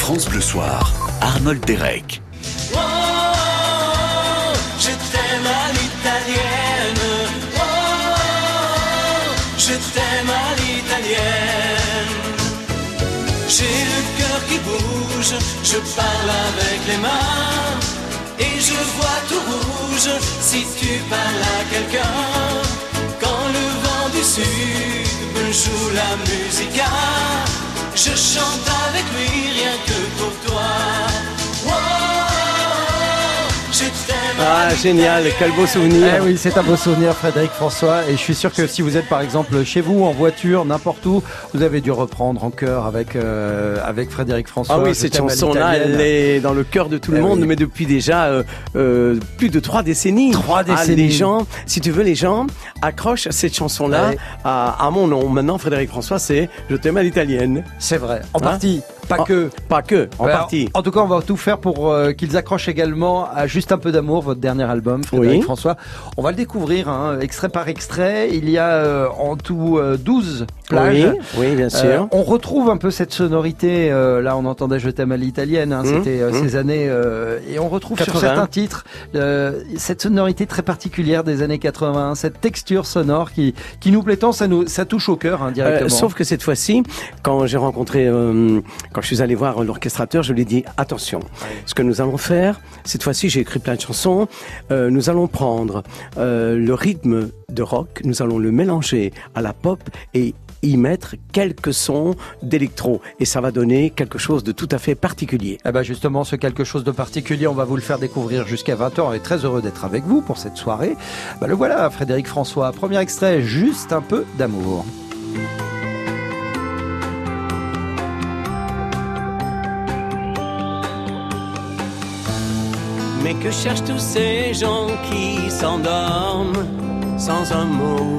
France Bleu Soir, Arnold Derek. Oh, je t'aime à l'italienne. Oh, je t'aime à l'italienne. J'ai le cœur qui bouge, je parle avec les mains. Et je vois tout rouge si tu parles à quelqu'un. Quand le vent du sud me joue la musica, je chante avec lui rien que pour toi. Oh, je t'aime. Ah, génial, quel beau souvenir. Eh oui, c'est un beau souvenir, Frédéric François. Et je suis sûr que si vous êtes par exemple chez vous, en voiture, n'importe où, vous avez dû reprendre en chœur avec Frédéric François. Ah oui, cette chanson-là, elle est dans le cœur de tout le monde, oui. Mais depuis déjà plus de 3 décennies. 3 décennies. Les gens, si tu veux, les gens accrochent cette chanson-là à mon nom. Maintenant, Frédéric François, c'est « Je t'aime à l'italienne ». C'est vrai, en partie. Pas que, en partie. En tout cas, on va tout faire pour qu'ils accrochent également à Juste un peu d'amour, votre dernier album, Frédéric François. On va le découvrir, extrait par extrait. Il y a en tout 12 plages. Oui, bien sûr. On retrouve un peu cette sonorité. Là, on entendait Je t'aime à l'italienne. C'était ces années. Et on retrouve 80. Sur certains titres cette sonorité très particulière des années 80, cette texture sonore qui nous plaît tant. Ça touche au cœur directement. Sauf que cette fois-ci, quand j'ai rencontré... Quand je suis allé voir l'orchestrateur, je lui ai dit attention, ce que nous allons faire, cette fois-ci j'ai écrit plein de chansons, nous allons prendre le rythme de rock, nous allons le mélanger à la pop et y mettre quelques sons d'électro et ça va donner quelque chose de tout à fait particulier. Eh ben justement, ce quelque chose de particulier, on va vous le faire découvrir jusqu'à 20h. On est très heureux d'être avec vous pour cette soirée. Le voilà, Frédéric François. Premier extrait, Juste un peu d'amour. Mais que cherchent tous ces gens qui s'endorment sans un mot?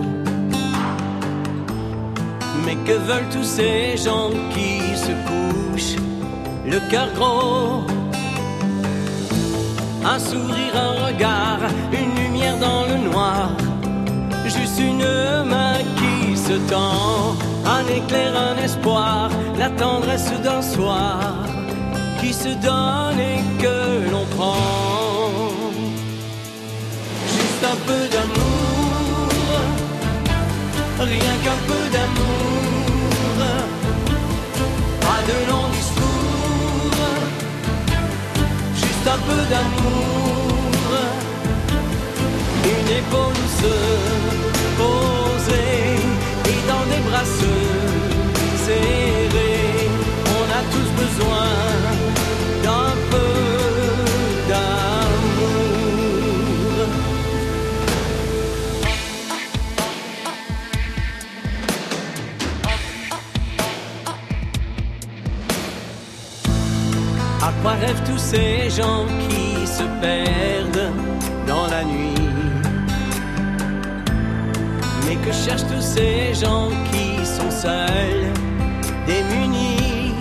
Mais que veulent tous ces gens qui se couchent le cœur gros? Un sourire, un regard, une lumière dans le noir, juste une main qui se tend, un éclair, un espoir, la tendresse d'un soir qui se donne et que l'on prend. Juste un peu d'amour, rien qu'un peu d'amour, pas de longs discours, juste un peu d'amour, une épaule où se poser et dans des bras se serrer. On a tous besoin d'un peu d'amour. À quoi rêvent tous ces gens qui se perdent dans la nuit? Mais que cherchent tous ces gens qui sont seuls, démunis?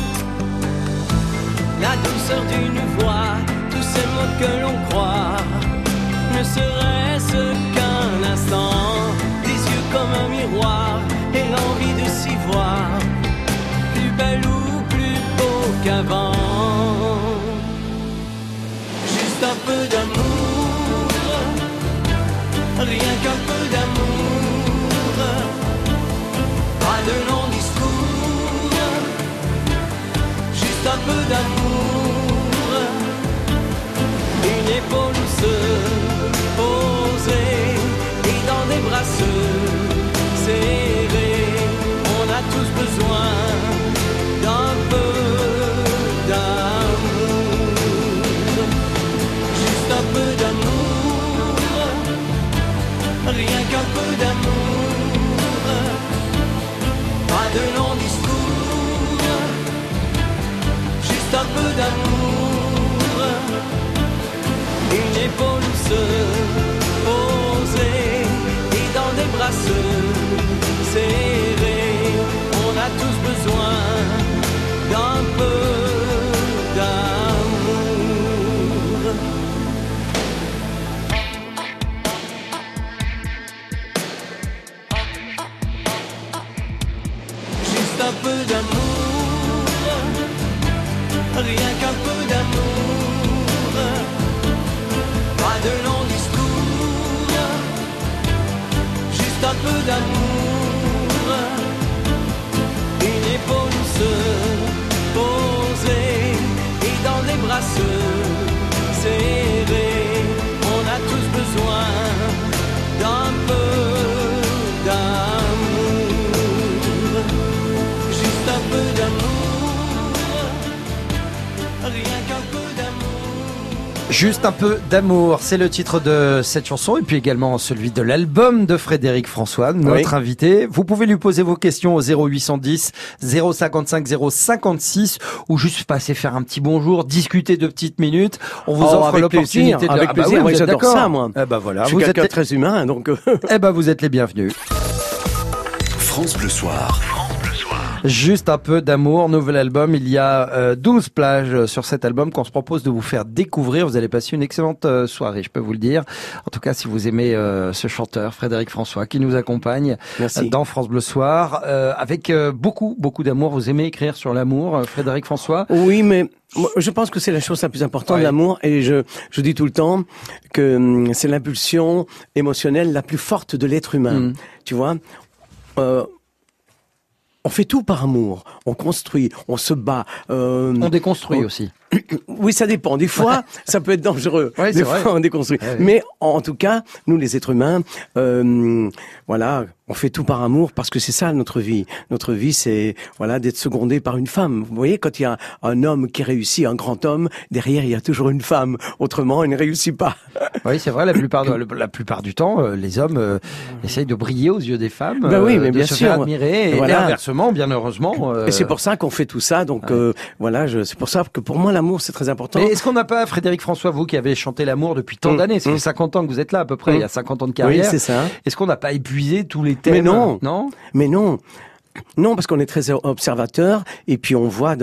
La douceur d'une voix, tous ces mots que l'on croit, ne serait-ce qu'un instant, des yeux comme un miroir, et l'envie de s'y voir, plus belle ou plus beau qu'avant. Juste un peu d'amour, rien qu'un peu d'amour, pas de longs discours, juste un peu d'amour, une épaule où se poser et dans des bras se serrer. On a tous besoin d'un peu d'amour, juste un peu d'amour, rien qu'un peu d'amour, pas de longs discours, juste un peu d'amour, une épaule où se poser et dans des bras se serrer. On a tous besoin d'amour, une épaule se poser et dans des bras se serrer. On a tous besoin d'un peu d'amour, juste un peu d'amour, rien qu'un peu d'amour. Juste un peu d'amour, c'est le titre de cette chanson et puis également celui de l'album de Frédéric François, notre invité. Vous pouvez lui poser vos questions au 0810 055 056 ou juste passer faire un petit bonjour, discuter 2 petites minutes. On vous offre l'opportunité de... Avec plaisir, moi j'adore ça, moi. Voilà, je suis quelqu'un très humain, donc... vous êtes les bienvenus. France Bleu Soir. Juste un peu d'amour, nouvel album. Il y a 12 plages sur cet album qu'on se propose de vous faire découvrir. Vous allez passer une excellente soirée, je peux vous le dire. En tout cas, si vous aimez ce chanteur, Frédéric François, qui nous accompagne dans France Bleu Soir, avec beaucoup d'amour. Vous aimez écrire sur l'amour, Frédéric François? Oui, mais... je pense que c'est la chose la plus importante, l'amour, et je dis tout le temps que c'est l'impulsion émotionnelle la plus forte de l'être humain. Tu vois, on fait tout par amour. On construit, on se bat. On déconstruit aussi. Oui, ça dépend. Des fois, ça peut être dangereux. Ouais, des fois, on déconstruit. Ouais. Mais en tout cas, nous, les êtres humains, voilà, on fait tout par amour parce que c'est ça notre vie. Notre vie, c'est d'être secondé par une femme. Vous voyez, quand il y a un homme qui réussit, un grand homme, derrière, il y a toujours une femme. Autrement, il ne réussit pas. Oui, c'est vrai. La plupart du temps, les hommes essayent de briller aux yeux des femmes, oui, mais de bien se sûr. faire admirer. Et inversement, bien heureusement. Et c'est pour ça qu'on fait tout ça. Donc c'est pour ça que pour moi, l'amour, c'est très important. Mais est-ce qu'on n'a pas, Frédéric François, vous qui avez chanté l'amour depuis tant d'années, ça fait 50 ans que vous êtes là à peu près, il y a 50 ans de carrière. Oui, c'est ça. Est-ce qu'on n'a pas épuisé tous les thèmes? Mais non. Non, parce qu'on est très observateur et puis on voit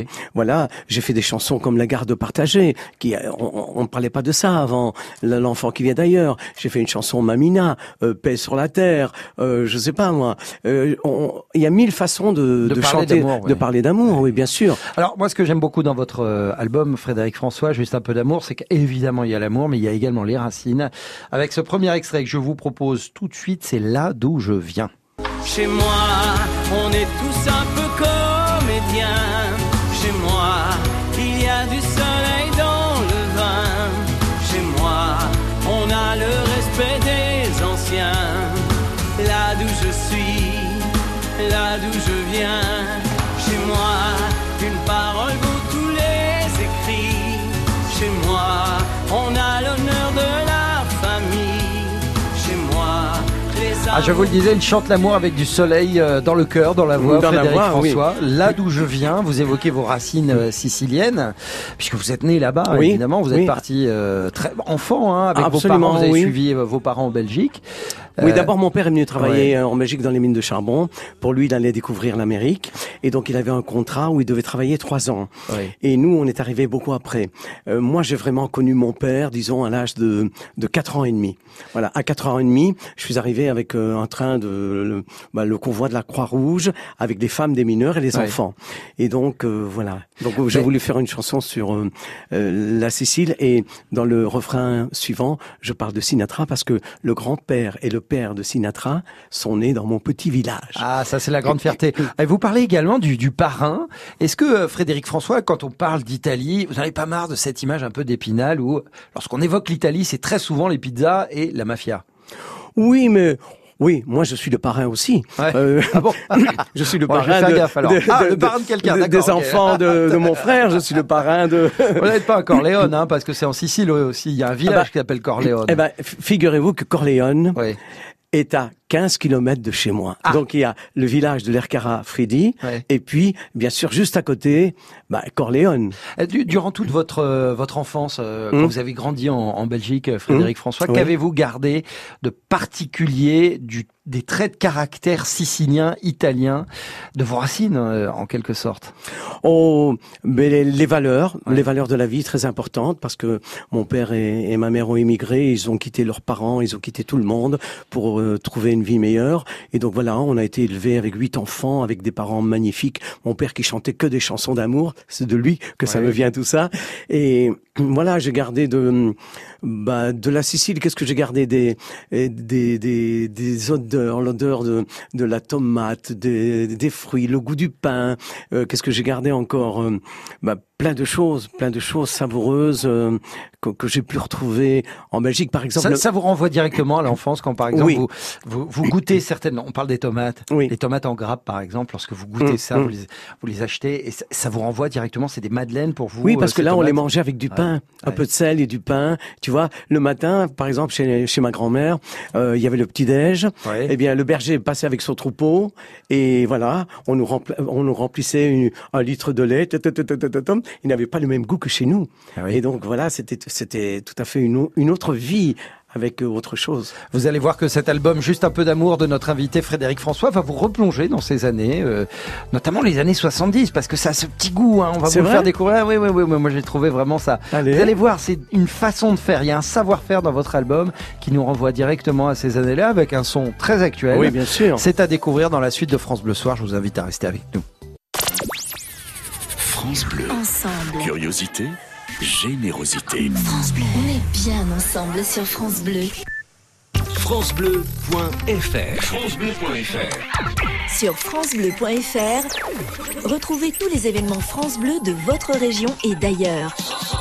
j'ai fait des chansons comme La garde partagée, on ne parlait pas de ça avant, L'enfant qui vient d'ailleurs. J'ai fait une chanson Mamina, Paix sur la terre, je sais pas moi. Il y a 1000 façons de chanter, de parler d'amour, oui, bien sûr. Alors moi, ce que j'aime beaucoup dans votre album, Frédéric François, Juste un peu d'amour, c'est qu'évidemment il y a l'amour, mais il y a également les racines. Avec ce premier extrait que je vous propose tout de suite, c'est Là d'où je viens. Chez moi, on est tous un peu comédiens. Chez moi, il y a du soleil dans le vin. Chez moi, on a le respect des anciens. Là d'où je suis, là d'où je viens. Chez moi, une parole vaut tous les écrits. Chez moi, on a l'honneur de la famille. Chez moi, je vous le disais, il chante l'amour avec du soleil dans le cœur, dans la voix, Frédéric François. Oui. Là d'où je viens, vous évoquez vos racines siciliennes, puisque vous êtes né là-bas, évidemment. Vous êtes parti très enfant, avec vos parents. Vous avez suivi vos parents en Belgique. Oui, d'abord mon père est venu travailler en Belgique dans les mines de charbon. Pour lui, il allait découvrir l'Amérique. Et donc il avait un contrat où il devait travailler 3 ans. Oui. Et nous, on est arrivés beaucoup après. Moi, j'ai vraiment connu mon père, disons, à l'âge de 4 ans et demi. Voilà, à 4 ans et demi, je suis arrivé avec un train le convoi de la Croix-Rouge, avec des femmes, des mineurs et des enfants. Et donc, voilà. Donc j'ai voulu faire une chanson sur la Sicile. Et dans le refrain suivant, je parle de Sinatra parce que le grand-père et le père de Sinatra sont nés dans mon petit village. Ah, ça c'est la grande fierté. Et vous parlez également du parrain. Est-ce que Frédéric François, quand on parle d'Italie, vous n'en avez pas marre de cette image un peu d'Épinal où, lorsqu'on évoque l'Italie, c'est très souvent les pizzas et la mafia? Oui, mais... Oui, moi je suis le parrain aussi. Ah bon? Je suis le parrain le parrain de quelqu'un, des enfants de mon frère. Je suis le parrain de. Vous n'êtes pas à Corleone, parce que c'est en Sicile aussi. Il y a un village qui s'appelle Corleone. Figurez-vous que Corleone est à 15 kilomètres de chez moi. Donc il y a le village de l'Ercara Fridi et puis bien sûr juste à côté Corleone. Durant toute votre enfance, quand vous avez grandi en Belgique, Frédéric François, qu'avez-vous gardé de particulier des traits de caractère siciliens, italiens, de vos racines en quelque sorte? Les valeurs de la vie très importantes parce que mon père et ma mère ont immigré, ils ont quitté leurs parents, ils ont quitté tout le monde pour trouver une vie meilleure. Et donc voilà, on a été élevé avec 8 enfants, avec des parents magnifiques. Mon père qui chantait que des chansons d'amour, c'est de lui que ça me vient tout ça. Et voilà, j'ai gardé de la Sicile. Qu'est-ce que j'ai gardé des odeurs, l'odeur de la tomate, des fruits, le goût du pain. Qu'est-ce que j'ai gardé encore? Plein de choses savoureuses que j'ai pu retrouver en Belgique, par exemple. Ça vous renvoie directement à l'enfance quand, par exemple, vous goûtez certaines. On parle des tomates, les tomates en grappe, par exemple. Lorsque vous goûtez ça, vous les achetez et ça vous renvoie directement. C'est des madeleines pour vous. Oui, parce que là, on les mangeait avec du pain, un peu de sel et du pain. Tu vois, le matin, par exemple, chez ma grand-mère, il y avait le petit-déj. Eh bien, le berger passait avec son troupeau et voilà, on nous remplissait 1 litre de lait. Il n'avait pas le même goût que chez nous. Et donc voilà, c'était tout à fait une autre vie avec autre chose. Vous allez voir que cet album Juste un peu d'amour de notre invité Frédéric François va vous replonger dans ces années, notamment les années 70, parce que ça a ce petit goût, hein, on va vous le faire découvrir. Oui, moi j'ai trouvé vraiment ça. Allez. Vous allez voir, c'est une façon de faire, il y a un savoir-faire dans votre album qui nous renvoie directement à ces années-là avec un son très actuel. Oui, bien sûr. C'est à découvrir dans la suite de France Bleu Soir, je vous invite à rester avec nous. France Bleu. Ensemble. Curiosité, générosité. France Bleu. On est bien ensemble sur France Bleu. FranceBleu.fr. FranceBleu.fr. Sur FranceBleu.fr, retrouvez tous les événements France Bleu de votre région et d'ailleurs.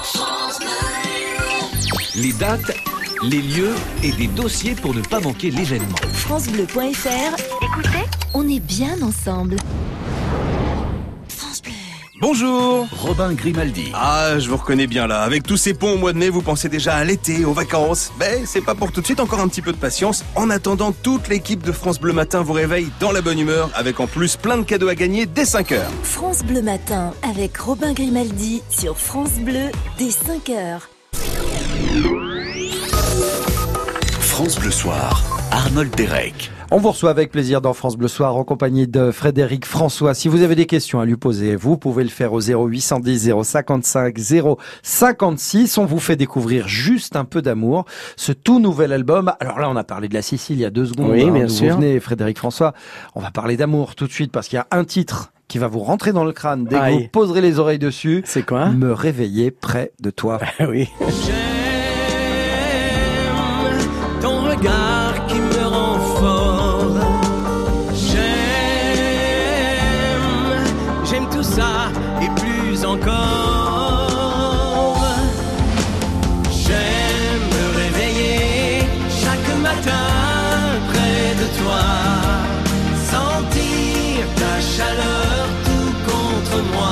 Les dates, les lieux et des dossiers pour ne pas manquer l'événement. FranceBleu.fr. Écoutez, on est bien ensemble. France Bleu. Bonjour, Robin Grimaldi. Ah, je vous reconnais bien là. Avec tous ces ponts au mois de mai, vous pensez déjà à l'été, aux vacances. Mais c'est pas pour tout de suite, encore un petit peu de patience. En attendant, toute l'équipe de France Bleu Matin vous réveille dans la bonne humeur, avec en plus plein de cadeaux à gagner dès 5h. France Bleu Matin, avec Robin Grimaldi, sur France Bleu, dès 5h. France Bleu Soir, Arnold Derek. On vous reçoit avec plaisir dans France Bleu Soir en compagnie de Frédéric François. Si vous avez des questions à lui poser, vous pouvez le faire au 0810 055 056. On vous fait découvrir Juste un peu d'amour, ce tout nouvel album. Alors là, on a parlé de la Sicile il y a 2 secondes. Oui, bien sûr. Vous venez, Frédéric François. On va parler d'amour tout de suite parce qu'il y a un titre qui va vous rentrer dans le crâne dès que vous poserez les oreilles dessus. C'est quoi? Me réveiller près de toi. Oui. J'aime ton regard qui me rend fort. J'aime tout ça et plus encore. J'aime me réveiller chaque matin près de toi, sentir ta chaleur tout contre moi.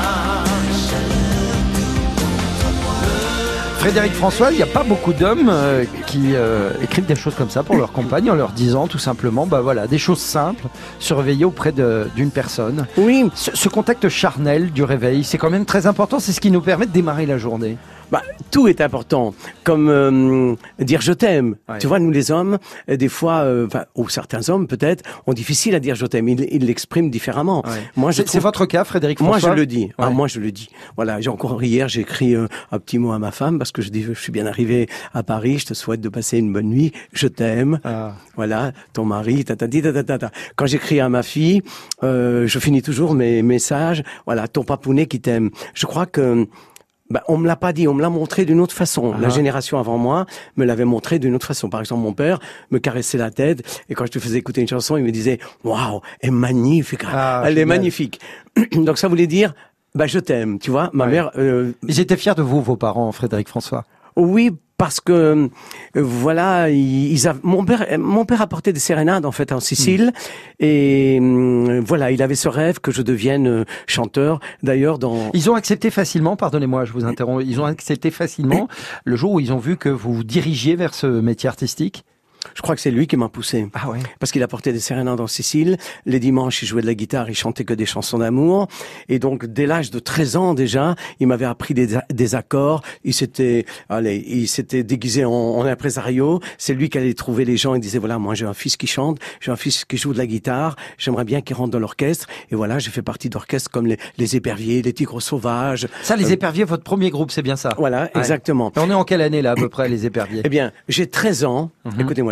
Frédéric François, il n'y a pas beaucoup d'hommes qui écrivent des choses comme ça pour leur compagne en leur disant tout simplement, des choses simples, se réveiller auprès d'une personne. Oui. Ce contact charnel du réveil, c'est quand même très important, c'est ce qui nous permet de démarrer la journée. Tout est important, comme dire je t'aime. Ouais. Tu vois, nous les hommes, des fois, ou certains hommes peut-être, ont difficile à dire je t'aime. Ils l'expriment différemment. Ouais. Moi, c'est votre cas, Frédéric François? Moi, je le dis. Ouais. Moi, je le dis. Voilà, encore hier, j'ai écrit un petit mot à ma femme parce que je dis je suis bien arrivé à Paris. Je te souhaite de passer une bonne nuit. Je t'aime. Voilà, ton mari. Quand j'écris à ma fille, je finis toujours mes messages. Voilà, ton papounet qui t'aime. Je crois que on me l'a pas dit, on me l'a montré d'une autre façon. La génération avant moi me l'avait montré d'une autre façon. Par exemple, mon père me caressait la tête et quand je te faisais écouter une chanson, il me disait « Waouh, elle est magnifique, elle est magnifique ». Donc ça voulait dire je t'aime, tu vois. Ma mère... Ils étaient fiers de vous, vos parents, Frédéric François? Oui, parce que voilà, mon père apportait des sérénades en fait en Sicile et voilà, il avait ce rêve que je devienne chanteur. D'ailleurs, ils ont accepté facilement. Pardonnez-moi, je vous interromps. Ils ont accepté facilement le jour où ils ont vu que vous vous dirigiez vers ce métier artistique. Je crois que c'est lui qui m'a poussé. Ah ouais. Parce qu'il apportait des sérénades en Sicile. Les dimanches, il jouait de la guitare, il chantait que des chansons d'amour. Et donc, dès l'âge de 13 ans déjà, il m'avait appris des accords. Il s'était déguisé en impresario. C'est lui qui allait trouver les gens et disait, voilà, moi j'ai un fils qui chante, j'ai un fils qui joue de la guitare, j'aimerais bien qu'il rentre dans l'orchestre. Et voilà, j'ai fait partie d'orchestres comme les Éperviers, les Tigres Sauvages. Ça, les Éperviers, votre premier groupe, c'est bien ça? Voilà, exactement. Et on est en quelle année là, à peu près, les Éperviers? Eh bien, j'ai 13 ans. Écoutez-moi,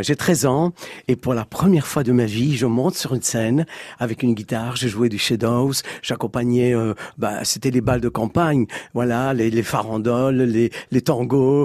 j'ai 13 ans et pour la première fois de ma vie, je monte sur une scène avec une guitare, je jouais du Shadows, j'accompagnais, c'était les balles de campagne, voilà, les farandoles, les tangos,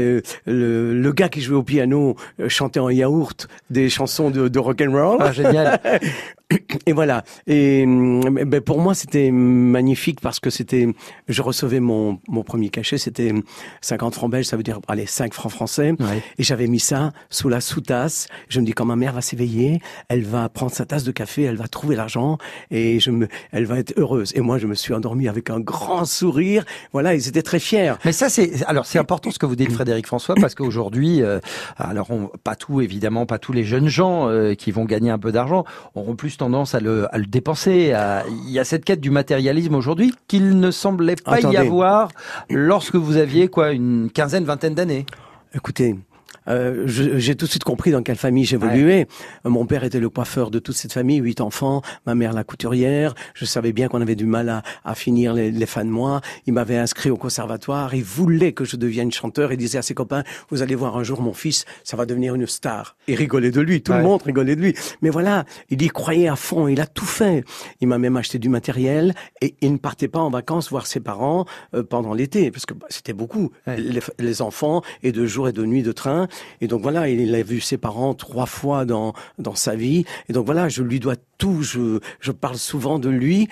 le gars qui jouait au piano chantait en yaourt des chansons de rock'n'roll. Ah, génial. Et voilà. Et pour moi, c'était magnifique parce que je recevais mon premier cachet, c'était 50 francs belges, ça veut dire, 5 francs français. Ouais. Et j'avais mis ça sous la sous-tasse. Je me dis, quand ma mère va s'éveiller, elle va prendre sa tasse de café, elle va trouver l'argent et elle va être heureuse. Et moi, je me suis endormi avec un grand sourire. Voilà, ils étaient très fiers. Mais ça, c'est important ce que vous dites, Frédéric François, parce qu'aujourd'hui, pas tous les jeunes gens qui vont gagner un peu d'argent auront plus tendance à le dépenser. Il y a cette quête du matérialisme aujourd'hui qu'il ne semblait pas y avoir lorsque vous aviez une vingtaine d'années. Écoutez, j'ai tout de suite compris dans quelle famille j'évoluais. Ouais. Mon père était le coiffeur de toute cette famille, 8 enfants, ma mère la couturière. Je savais bien qu'on avait du mal à finir les fins de mois. Il m'avait inscrit au conservatoire. Il voulait que je devienne chanteur. Il disait à ses copains, vous allez voir un jour mon fils, ça va devenir une star. Il rigolait de lui, tout le monde rigolait de lui. Mais voilà, il y croyait à fond, il a tout fait. Il m'a même acheté du matériel et il ne partait pas en vacances voir ses parents pendant l'été, parce que c'était beaucoup. Ouais. Les enfants, et de jour et de nuit de train. Et donc voilà, il a vu ses parents 3 fois dans sa vie. Et donc voilà, je lui dois tout. Je parle souvent de lui.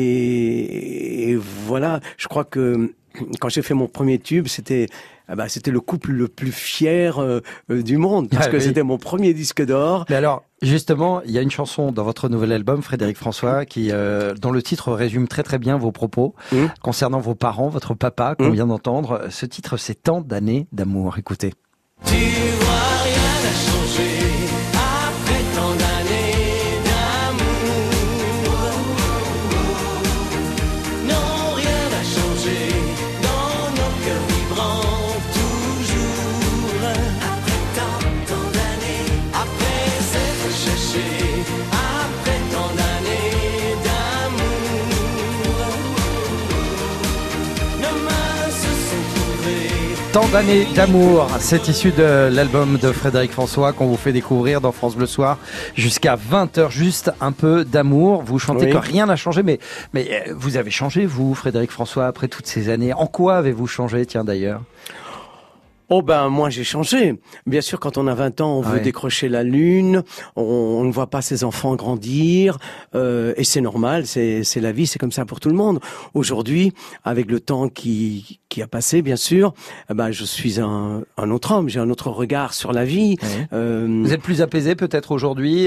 Et voilà, je crois que quand j'ai fait mon premier tube, c'était le couple le plus fier du monde, parce que c'était mon premier disque d'or. Mais alors, justement, il y a une chanson dans votre nouvel album, Frédéric François, dont le titre résume très très bien vos propos concernant vos parents, votre papa, qu'on vient d'entendre. Ce titre, c'est Tant d'années d'amour. Écoutez. Tu vois, rien n'a changé après tant d'années d'amour. Non, rien n'a changé dans nos cœurs vibrants toujours. Après tant d'années, après s'être cherché, après tant d'années d'amour, nos mains se sont trouvées. Tant d'années d'amour, c'est issu de l'album de Frédéric François qu'on vous fait découvrir dans France Bleu Soir jusqu'à 20h, juste un peu d'amour. Vous chantez que rien n'a changé, mais vous avez changé, vous, Frédéric François, après toutes ces années. En quoi avez-vous changé, tiens, d'ailleurs ? Oh moi j'ai changé. Bien sûr, quand on a 20 ans, on veut décrocher la lune, on ne voit pas ses enfants grandir, et c'est normal, c'est la vie, c'est comme ça pour tout le monde. Aujourd'hui, avec le temps qui a passé, bien sûr, je suis un autre homme, j'ai un autre regard sur la vie. Vous êtes plus apaisé peut-être aujourd'hui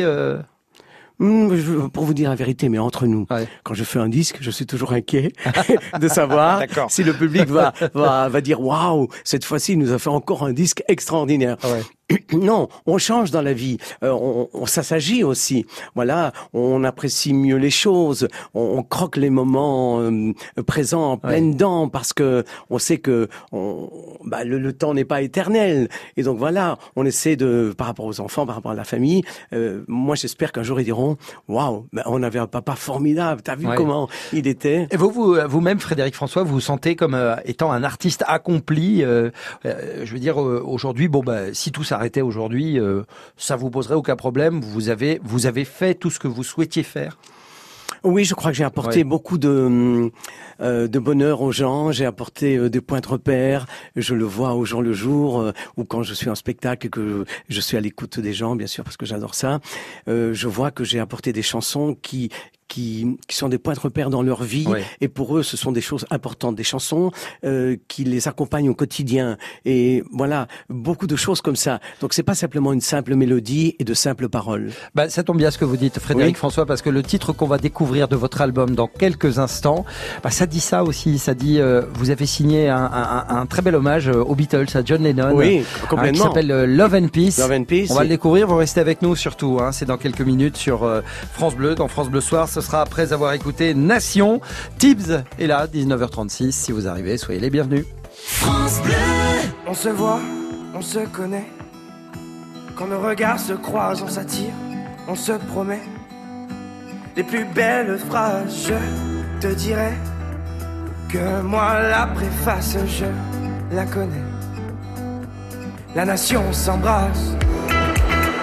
Pour vous dire la vérité, mais entre nous, quand je fais un disque, je suis toujours inquiet de savoir si le public va dire waouh, cette fois-ci, il nous a fait encore un disque extraordinaire. Non, on change dans la vie, ça s'agit aussi. Voilà, on apprécie mieux les choses, on croque les moments présents en pleines dents parce que on sait que le temps n'est pas éternel. Et donc voilà, on essaie par rapport aux enfants, par rapport à la famille. Moi, j'espère qu'un jour ils diront waouh, on avait un papa formidable. T'as vu comment il était. Et vous-même, Frédéric François, vous vous sentez comme étant un artiste accompli. Je veux dire, aujourd'hui, si tout ça arrêté aujourd'hui, ça vous poserait aucun problème. Vous avez fait tout ce que vous souhaitiez faire. Oui, je crois que j'ai apporté beaucoup de bonheur aux gens. J'ai apporté des points de repère. Je le vois au jour le jour, ou quand je suis en spectacle et que je suis à l'écoute des gens, bien sûr, parce que j'adore ça. Je vois que j'ai apporté des chansons qui sont des points de repère dans leur vie, et pour eux ce sont des choses importantes, des chansons qui les accompagnent au quotidien, et voilà, beaucoup de choses comme ça. Donc c'est pas simplement une simple mélodie et de simples paroles. Ça tombe bien ce que vous dites, Frédéric François, parce que le titre qu'on va découvrir de votre album dans quelques instants, ça dit ça aussi, ça dit vous avez signé un très bel hommage aux Beatles, à John Lennon, complètement, qui s'appelle Love and Peace. Love and Peace. On va le découvrir, vous restez avec nous surtout, c'est dans quelques minutes sur France Bleu, dans France Bleu Soir. Ce sera après avoir écouté Nation. Tibbs est là, 19h36. Si vous arrivez, soyez les bienvenus. France Bleu. On se voit, on se connaît. Quand nos regards se croisent, on s'attire, on se promet. Les plus belles phrases, je te dirai que moi la préface, je la connais. La nation s'embrasse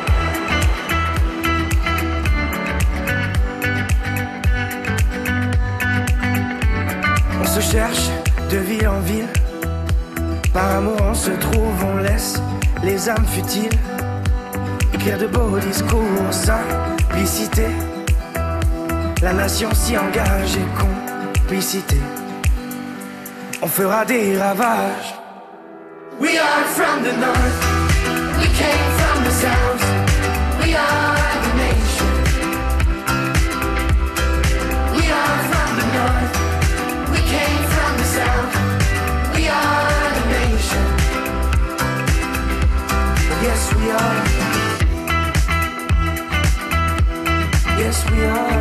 se cherche de ville en ville. Par amour on se trouve, on laisse les âmes futiles écrire de beaux discours, simplicité. La nation s'y engage et complicité. On fera des ravages. We are from the north, we came from the south, we are the nation. We are from the north, we came from the south, we are the nation. Yes we are, yes we are.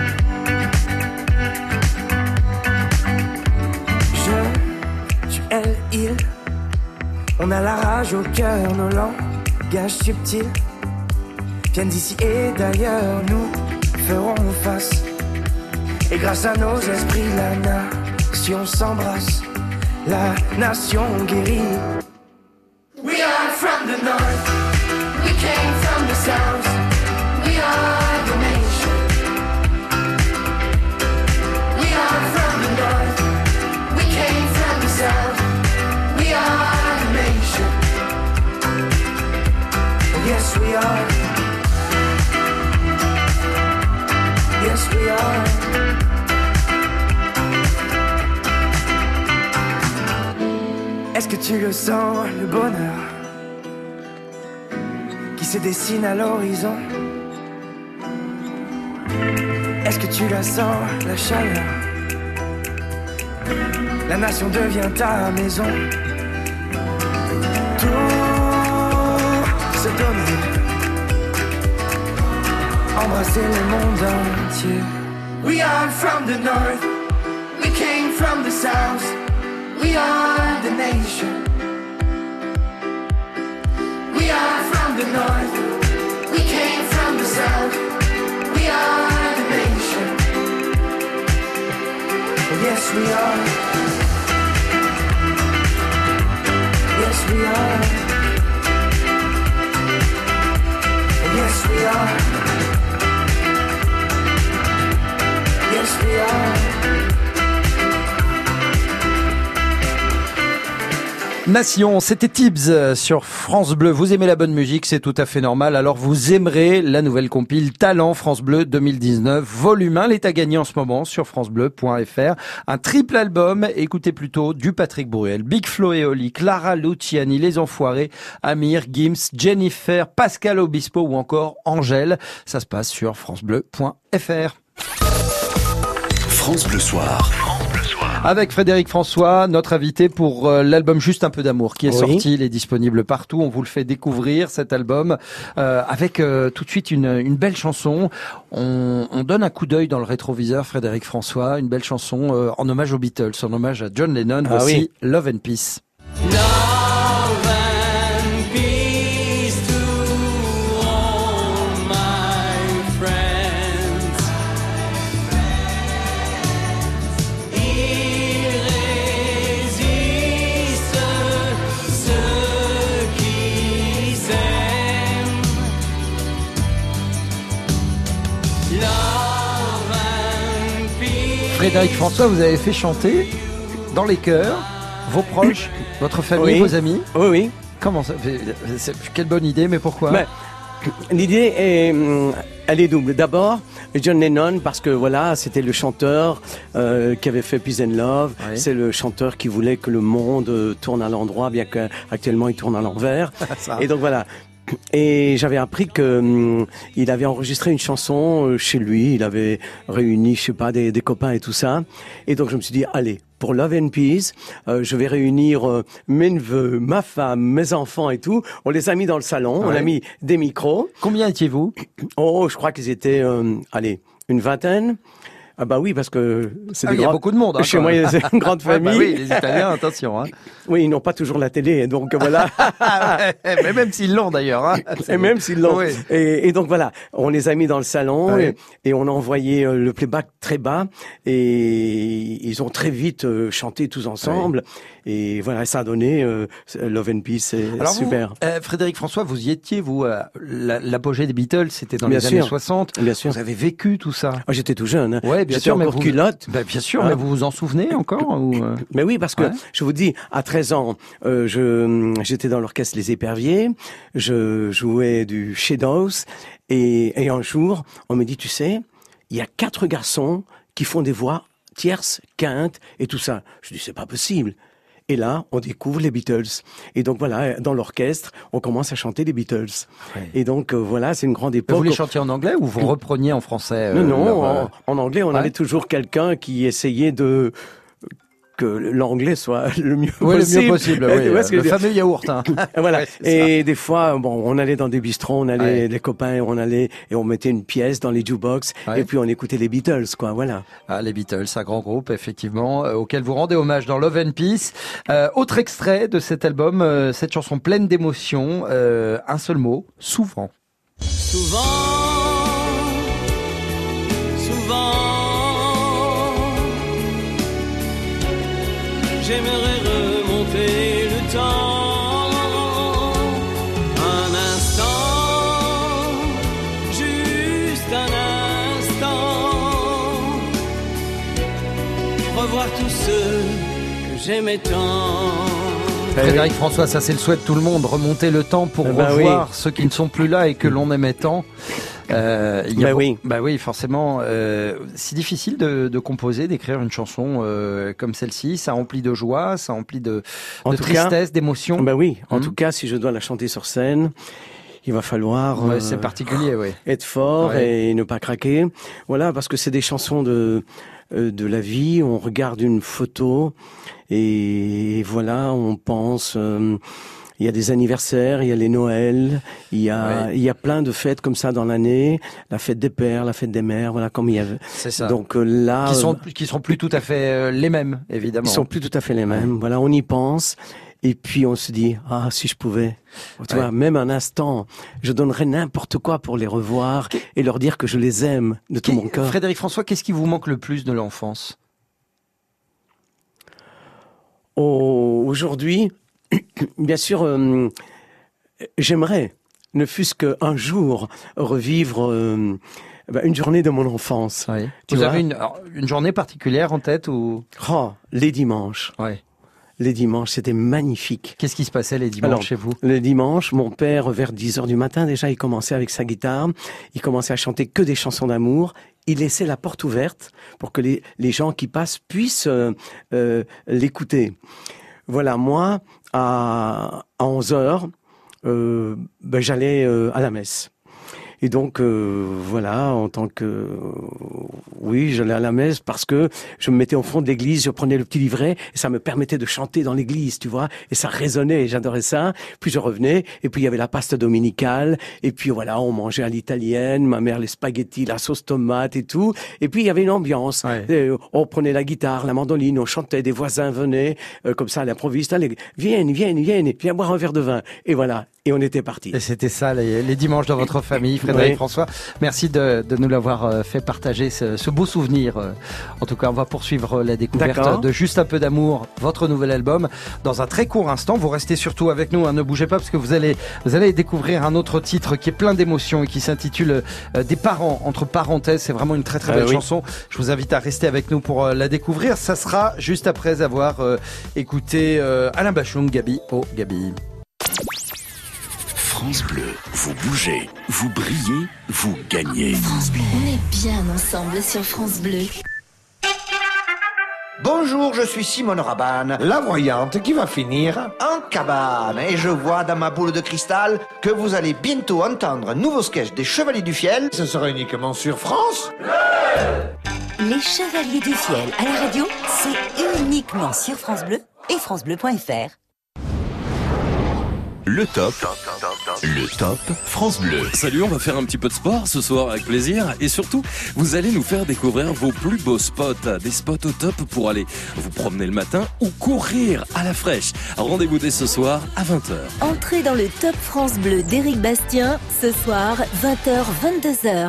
Je, tu, elle, il. On a la rage au cœur, nos langages subtils viennent d'ici et d'ailleurs, nous ferons face. Et grâce à nos esprits, la nation s'embrasse, la nation guérit. We are from the north, we came from the south, we are the nation. We are from the north, we came from the south, we are the nation. Yes we are, yes we are. Est-ce que tu le sens, le bonheur qui se dessine à l'horizon? Est-ce que tu la sens, la chaleur? La nation devient ta maison. Tout se donner, embrasser le monde entier. We are from the north, we came from the south, we are the nation. We are from the north, we came from the south, we are the nation. Yes we are, yes we are, yes we are, yes we are. Nation, c'était Tibbs sur France Bleu. Vous aimez la bonne musique, c'est tout à fait normal. Alors vous aimerez la nouvelle compile Talent France Bleu 2019, volume 1. Elle est à gagner en ce moment sur francebleu.fr. Un triple album, écoutez plutôt, du Patrick Bruel, Big Flo et Oli, Clara Luciani, Les Enfoirés, Amir, Gims, Jennifer, Pascal Obispo ou encore Angèle. Ça se passe sur francebleu.fr. France Bleu Soir. Avec Frédéric François, notre invité pour l'album Juste un peu d'amour qui est sorti, il est disponible partout, on vous le fait découvrir cet album avec tout de suite une belle chanson. On donne un coup d'œil dans le rétroviseur, Frédéric François, une belle chanson en hommage aux Beatles, en hommage à John Lennon, voici Love and Peace. Love and peace to all my friends. Il résiste ceux qui s'aiment. Love and peace. Frédéric François, vous avez fait chanter dans les chœurs vos proches, votre famille, vos amis. Oui, oui. Comment ça fait? Quelle bonne idée, mais pourquoi? L'idée elle est double. D'abord, John Lennon, parce que voilà, c'était le chanteur qui avait fait Peace and Love. Oui. C'est le chanteur qui voulait que le monde tourne à l'endroit, bien qu'actuellement il tourne à l'envers. Et donc voilà. Et j'avais appris que il avait enregistré une chanson chez lui. Il avait réuni, je sais pas, des copains et tout ça. Et donc je me suis dit, allez, pour Love and Peace, je vais réunir mes neveux, ma femme, mes enfants et tout. On les a mis dans le salon. Ouais. On a mis des micros. Combien étiez-vous? Oh, je crois qu'ils étaient, allez, une vingtaine. Ah bah oui, parce que c'est il y a beaucoup de monde. Hein, chez moi, c'est une grande famille. Bah oui, les Italiens, attention. Hein. Oui, ils n'ont pas toujours la télé, donc voilà. Mais même s'ils l'ont d'ailleurs. Hein. Et même s'ils l'ont. Oui. Et donc voilà, on les a mis dans le salon et on a envoyé le playback très bas et ils ont très vite chanté tous ensemble. Et voilà, ça a donné Love and Peace, c'est super. Frédéric François, vous y étiez, vous, l'apogée des Beatles, c'était dans les années 60. Bien sûr. Vous avez vécu tout ça. J'étais tout jeune. Hein. Ouais, Ouais, bien sûr, mais vous culotte. Ben, bien sûr, mais vous vous en souvenez encore ou... Mais oui, parce que je vous dis, à 13 ans, j'étais dans l'orchestre Les Éperviers, je jouais du Shadows, et un jour, on me dit, tu sais, il y a 4 garçons qui font des voix tierces, quintes et tout ça. Je dis, c'est pas possible. Et là, on découvre les Beatles. Et donc voilà, dans l'orchestre, on commence à chanter les Beatles. Ouais. Et donc voilà, c'est une grande époque. Vous les chantiez en anglais ou vous repreniez en français Non, en anglais, on avait toujours quelqu'un qui essayait que l'anglais soit le mieux possible. Le mieux possible, oui. Le fameux yaourt. Hein. Voilà. Ouais, et ça. Des fois, on allait dans des bistrots, on allait, les copains, et on mettait une pièce dans les jukebox, et puis on écoutait les Beatles, quoi, voilà. Ah, les Beatles, un grand groupe, effectivement, auquel vous rendez hommage dans Love and Peace. Autre extrait de cet album, cette chanson pleine d'émotions, un seul mot, souvent. Souvent, j'aimerais remonter le temps, un instant, juste un instant, revoir tous ceux que j'aimais tant. Frédéric François, ça c'est le souhait de tout le monde, remonter le temps pour revoir ceux qui ne sont plus là et que l'on aimait tant. Oui, forcément. C'est difficile de composer, d'écrire une chanson comme celle-ci. Ça remplit de joie, ça remplit de tristesse, d'émotion. En tout cas, si je dois la chanter sur scène, il va falloir c'est particulier, être fort et ne pas craquer. Voilà, parce que c'est des chansons de la vie. On regarde une photo et voilà, on pense. Il y a des anniversaires, il y a les Noëls, il y a plein de fêtes comme ça dans l'année, la fête des pères, la fête des mères, voilà, comme il y avait. C'est ça. Donc là, qui sont plus tout à fait les mêmes, évidemment. Ils sont plus tout à fait les mêmes. Voilà, on y pense. Et puis on se dit, si je pouvais, tu vois, même un instant, je donnerais n'importe quoi pour les revoir et leur dire que je les aime de tout mon cœur. Frédéric François, qu'est-ce qui vous manque le plus de l'enfance ? Aujourd'hui, bien sûr, j'aimerais, ne fût-ce qu'un jour, revivre une journée de mon enfance. Oui. Vous avez une journée particulière en tête ou les dimanches. Ouais. Les dimanches, c'était magnifique. Qu'est-ce qui se passait les dimanches chez vous ? Les dimanches, mon père, vers 10h du matin, déjà, il commençait avec sa guitare. Il commençait à chanter que des chansons d'amour. Il laissait la porte ouverte pour que les gens qui passent puissent l'écouter. Voilà, moi, à 11h, j'allais à la messe. Et donc, voilà, en tant que... j'allais à la messe parce que je me mettais au fond de l'église, je prenais le petit livret et ça me permettait de chanter dans l'église, tu vois. Et ça résonnait et j'adorais ça. Puis je revenais et puis il y avait la paste dominicale. Et puis voilà, on mangeait à l'italienne, ma mère les spaghettis, la sauce tomate et tout. Et puis il y avait une ambiance. Ouais. On prenait la guitare, la mandoline, on chantait, des voisins venaient comme ça à l'improviste. Allez, viens boire un verre de vin. Et voilà, et on était partis. Et c'était ça les dimanches dans votre famille, Frédéric François. Merci de nous l'avoir fait partager ce beau souvenir. En tout cas, on va poursuivre la découverte de Juste un peu d'amour, votre nouvel album, dans un très court instant. Vous restez surtout avec nous, ne bougez pas, parce que vous allez découvrir un autre titre qui est plein d'émotions et qui s'intitule Des parents, entre parenthèses. C'est vraiment une très très belle chanson. Je vous invite à rester avec nous pour la découvrir. Ça sera juste après avoir écouté Alain Bachung, Gabi. Oh, Gabi. France Bleu, vous bougez, vous brillez, vous gagnez. France Bleu. On est bien ensemble sur France Bleu. Bonjour, je suis Simone Rabanne, la voyante qui va finir en cabane. Et je vois dans ma boule de cristal que vous allez bientôt entendre un nouveau sketch des Chevaliers du Fiel. Ce sera uniquement sur France Bleu. Les Chevaliers du Fiel à la radio, c'est uniquement sur France Bleu et francebleu.fr. Le top France Bleu. Salut, on va faire un petit peu de sport ce soir avec plaisir et surtout, vous allez nous faire découvrir vos plus beaux spots, des spots au top pour aller vous promener le matin ou courir à la fraîche. Rendez-vous dès ce soir à 20h. Entrez dans le Top France Bleu d'Éric Bastien, ce soir 20h-22h.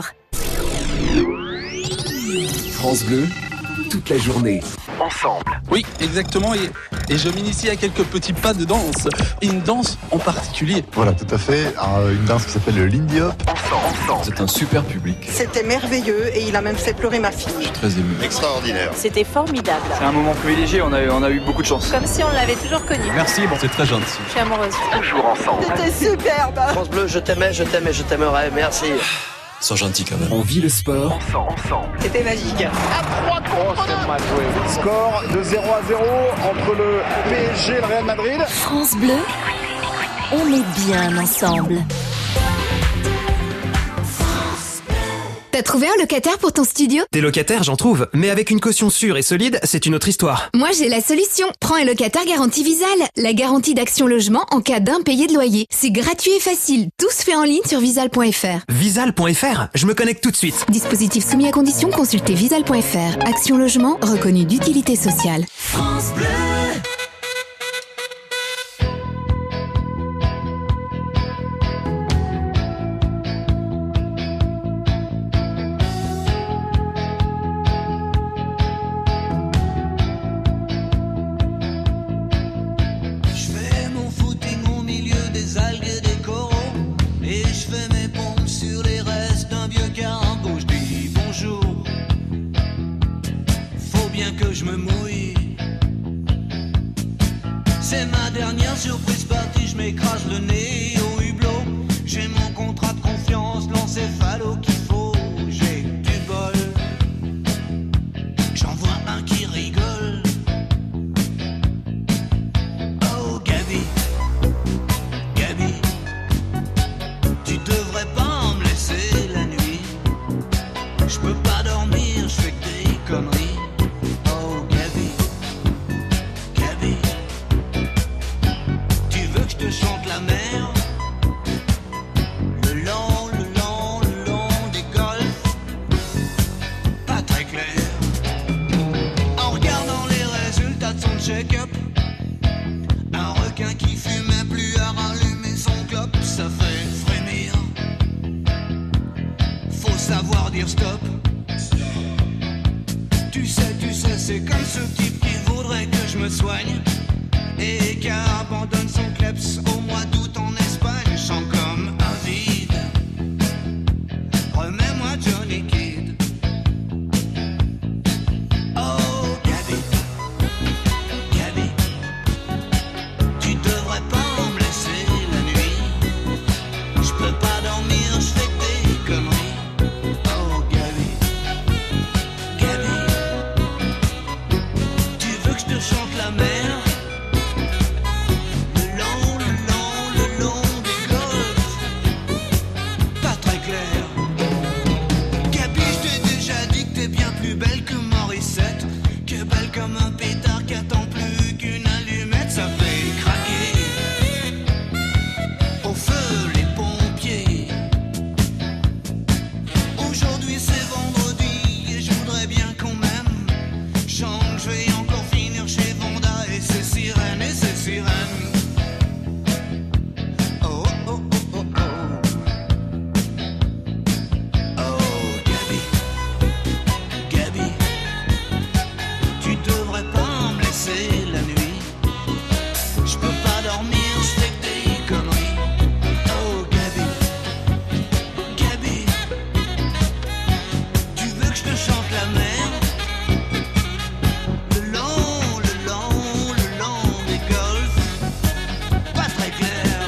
France Bleu, toute la journée. Ensemble. Oui, exactement. Et je m'initie à quelques petits pas de danse. Et une danse en particulier. Voilà, tout à fait. Une danse qui s'appelle le Lindy Hop. C'est un super public. C'était merveilleux et il a même fait pleurer ma fille. Je suis très ému. Extraordinaire. C'était formidable. C'est un moment privilégié, on a eu beaucoup de chance. Comme si on l'avait toujours connu. Merci, c'est très gentil. Je suis amoureuse. Toujours ensemble. C'était superbe. France Bleu, je t'aimais, je t'aimerai. Merci. Ils sont gentils quand même. On vit le sport Ensemble. C'était magique. À 3-2. Score de 0-0 entre le PSG et le Real Madrid. France Bleu, on est bien ensemble. T'as trouvé un locataire pour ton studio ? Des locataires, j'en trouve, mais avec une caution sûre et solide, c'est une autre histoire. Moi, j'ai la solution. Prends un locataire garantie Visal. La garantie d'Action Logement en cas d'impayé de loyer. C'est gratuit et facile. Tout se fait en ligne sur visal.fr. Visal.fr ? Je me connecte tout de suite. Dispositif soumis à condition, consultez visal.fr. Action Logement, reconnu d'utilité sociale. France Bleu. Que je me mouille. C'est ma dernière surprise partie, je m'écrase le nez au hublot. J'ai mon contrat de confiance, l'encéphalo qu'il faut. J'ai du bol, j'en vois un qui rigole. Oh Gabi, Gabi, tu devrais pas me laisser la nuit. Je peux pas dormir, je fais que des conneries. Je chante la mer, le long des golfs, pas très clair. En regardant les résultats de son check-up, un requin qui fumait plus à rallumer son clope, ça fait frémir. Faut savoir dire stop. Tu sais, c'est comme ce type qui voudrait que je me soigne et qui abandonne son kleps au mois d'août en Espagne. Je sens comme un vide. Remets-moi Johnny Kidd. Oh Gabi, Gabi, tu devrais pas me laisser la nuit. Je peux pas dormir, je fais que des conneries. Oh Gabi, Gabi, tu veux que je te chante la mer? Comme un pétard qui attend plus qu'une allumette, ça fait craquer au feu les pompiers. Aujourd'hui c'est vendredi et je voudrais bien qu'on m'aime. Je sens que je vais encore finir chez Vanda et ses sirènes et ses sirènes. Oh oh oh oh oh. Oh Gabi, Gabi, tu devrais pas me laisser la nuit. Je peux pas dormir, je fais que des conneries. Oh Gabi, Gabi, tu veux que je te chante la mer? Le long des golfs, pas très clair.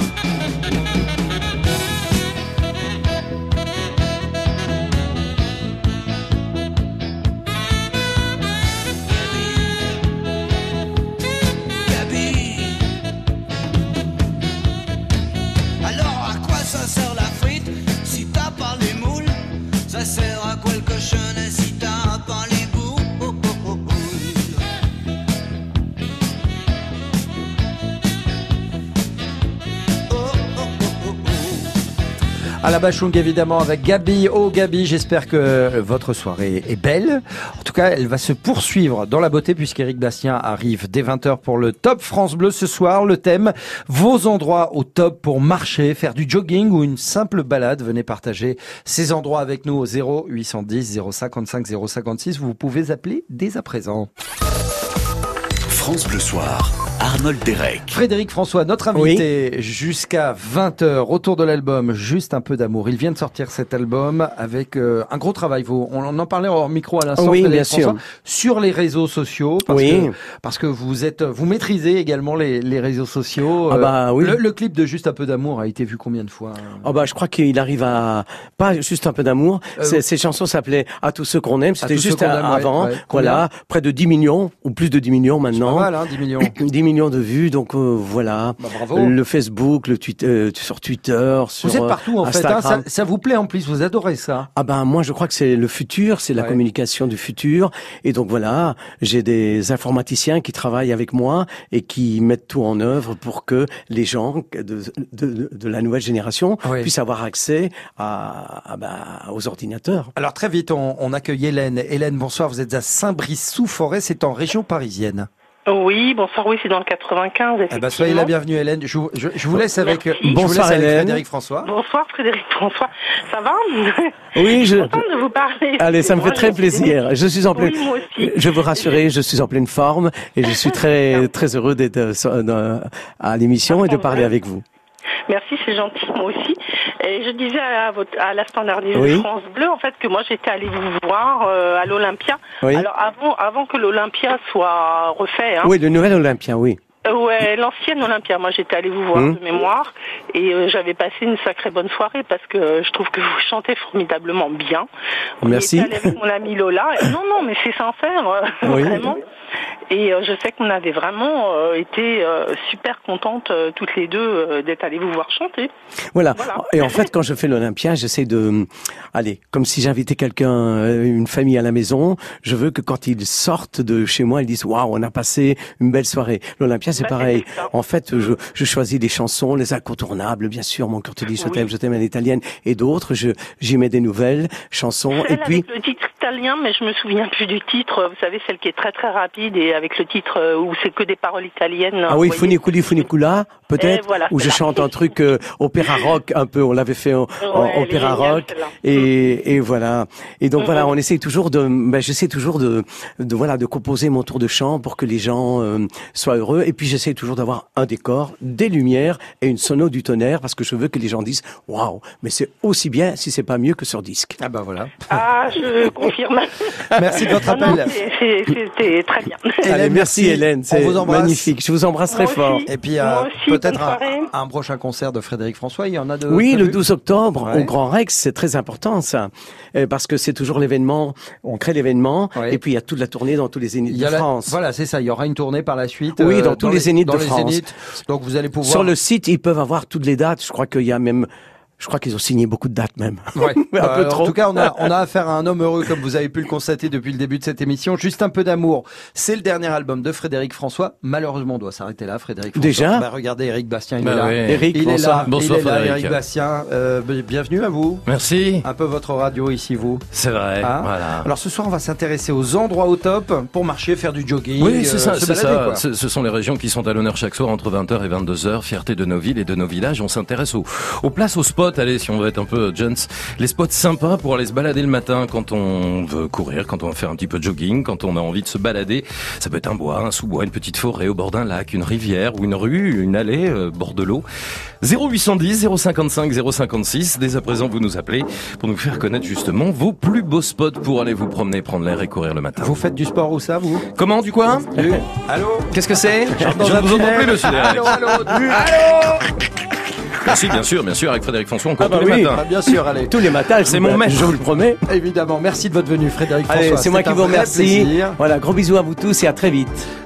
Alors à quoi ça sert la frite si t'as pas les moules? Ça sert à quoi le cochonnet si t'as pas les boules? Oh, oh, oh, oh. Oh, oh, oh, oh, oh. À la Bachung évidemment avec Gabi. Oh Gabi, j'espère que votre soirée est belle. En tout cas, elle va se poursuivre dans la beauté puisqu'Éric Bastien arrive dès 20h pour le Top France Bleu ce soir. Le thème, vos endroits au top pour marcher, faire du jogging ou une simple balade. Venez partager ces endroits avec nous au 0810 055 056. Vous pouvez appeler dès à présent. France Bleu Soir. Arnold Derek. Frédéric François, notre invité jusqu'à 20h autour de l'album Juste un peu d'amour. Il vient de sortir cet album avec un gros travail. On en parlait hors micro à l'instant, bien sûr. sur les réseaux sociaux parce que vous maîtrisez également les réseaux sociaux. Le clip de Juste un peu d'amour a été vu combien de fois? Je crois qu'il arrive à pas Juste un peu d'amour. Ces chansons s'appelaient À tous ceux qu'on aime. C'était juste avant. Voilà, près de 10 millions ou plus de 10 millions maintenant. C'est pas mal, 10 millions. 10 millions de vues, donc voilà. Bravo. Le Facebook, le Twitter, sur Twitter, sur vous êtes partout en Instagram. fait, hein, ça vous plaît en plus, vous adorez ça. Moi je crois que c'est le futur, c'est la communication du futur, et donc voilà, j'ai des informaticiens qui travaillent avec moi et qui mettent tout en œuvre pour que les gens de la nouvelle génération puissent avoir accès aux ordinateurs. Alors très vite, on accueille Hélène. Hélène, bonsoir, vous êtes à Saint-Brice-sous-Forêt, c'est en région parisienne. Oui, bonsoir, c'est dans le 95, effectivement. Soyez la bienvenue, Hélène. Je vous laisse avec, bonsoir, Hélène. Frédéric François. Bonsoir, Frédéric François. Ça va? Oui, je suis contente de vous parler. Allez, ça me fait très plaisir. Je suis en pleine, moi aussi. je veux rassurer, je suis en pleine forme et je suis très, très heureux d'être à l'émission et de parler avec vous. Merci, c'est gentil, moi aussi. Et je disais à l'instant dernier de France Bleu, en fait, que moi j'étais allée vous voir à l'Olympia. Oui. Alors avant que l'Olympia soit refait. Hein. Oui, le nouvel Olympia, oui. Ouais, l'ancienne Olympia. Moi, j'étais allée vous voir de mémoire et j'avais passé une sacrée bonne soirée parce que je trouve que vous chantez formidablement bien. Merci. J'étais allée avec mon amie Lola. Non, mais c'est sincère, vraiment. Et je sais qu'on avait vraiment été super contentes toutes les deux d'être allées vous voir chanter. Voilà. Et en fait, quand je fais l'Olympia, j'essaie comme si j'invitais une famille à la maison, je veux que quand ils sortent de chez moi, ils disent waouh, on a passé une belle soirée. L'Olympia, c'est pareil. En fait, je choisis des chansons, les incontournables, bien sûr, Mon cœur te dit je t'aime à l'italienne, et d'autres. J'y mets des nouvelles chansons. Et puis avec le titre italien, mais je me souviens plus du titre. Vous savez, celle qui est très très rapide et avec le titre où c'est que des paroles italiennes. Ah oui, Funicula, peut-être, où je chante un truc opéra rock un peu. On l'avait fait en opéra rock, et voilà. Et donc voilà, on essaye toujours j'essaie toujours de composer mon tour de chant pour que les gens soient heureux. Et puis j'essaie toujours d'avoir un décor, des lumières et une sono du tonnerre parce que je veux que les gens disent waouh, mais c'est aussi bien si c'est pas mieux que sur disque. Ah bah voilà. Ah, je confirme. Merci de votre appel. C'était très bien. Allez, merci Hélène, c'est magnifique. Je vous embrasse très fort. Et puis peut-être un prochain concert de Frédéric François, il y en a de... Oui, le 12 octobre au Grand Rex, c'est très important ça, parce que c'est toujours l'événement, on crée l'événement, et puis il y a toute la tournée dans tous les zéniths de France. Voilà, c'est ça, il y aura une tournée par la suite. Oui, dans tous les zéniths de France. Donc vous allez pouvoir... Sur le site, ils peuvent avoir toutes les dates, je crois qu'il y a même... Je crois qu'ils ont signé beaucoup de dates même. Ouais. Un peu trop. En tout cas, on a affaire à un homme heureux, comme vous avez pu le constater depuis le début de cette émission. Juste un peu d'amour. C'est le dernier album de Frédéric François. Malheureusement, on doit s'arrêter là, Frédéric François. Déjà? Regardez, Éric Bastien, il est là. Oui. Éric, il est là. Bonsoir, Frédéric. Éric Bastien. Bienvenue à vous. Merci. Un peu votre radio ici, vous. C'est vrai. Voilà. Alors ce soir, on va s'intéresser aux endroits au top pour marcher, faire du jogging. Oui, c'est ça. Balader, ce sont les régions qui sont à l'honneur chaque soir entre 20h et 22h. Fierté de nos villes et de nos villages. On s'intéresse aux places, aux spots. Allez, si on veut être un peu Jones, les spots sympas pour aller se balader le matin quand on veut courir, quand on veut faire un petit peu de jogging, quand on a envie de se balader. Ça peut être un bois, un sous-bois, une petite forêt au bord d'un lac, une rivière ou une rue, une allée, bord de l'eau. 0810 055 056. Dès à présent, vous nous appelez pour nous faire connaître justement vos plus beaux spots pour aller vous promener, prendre l'air et courir le matin. Vous faites du sport ou ça, vous? Comment, du quoi? Allô? Qu'est-ce que c'est? Je ne vous entends plus, monsieur Derek. Allô? Merci, bien sûr, avec Frédéric François, encore tous les matins. Bien sûr, allez. Tous les matins, c'est mon maître, je vous le promets. Évidemment, merci de votre venue, Frédéric François. Allez, c'est moi qui vous remercie. Plaisir. Voilà, gros bisous à vous tous et à très vite.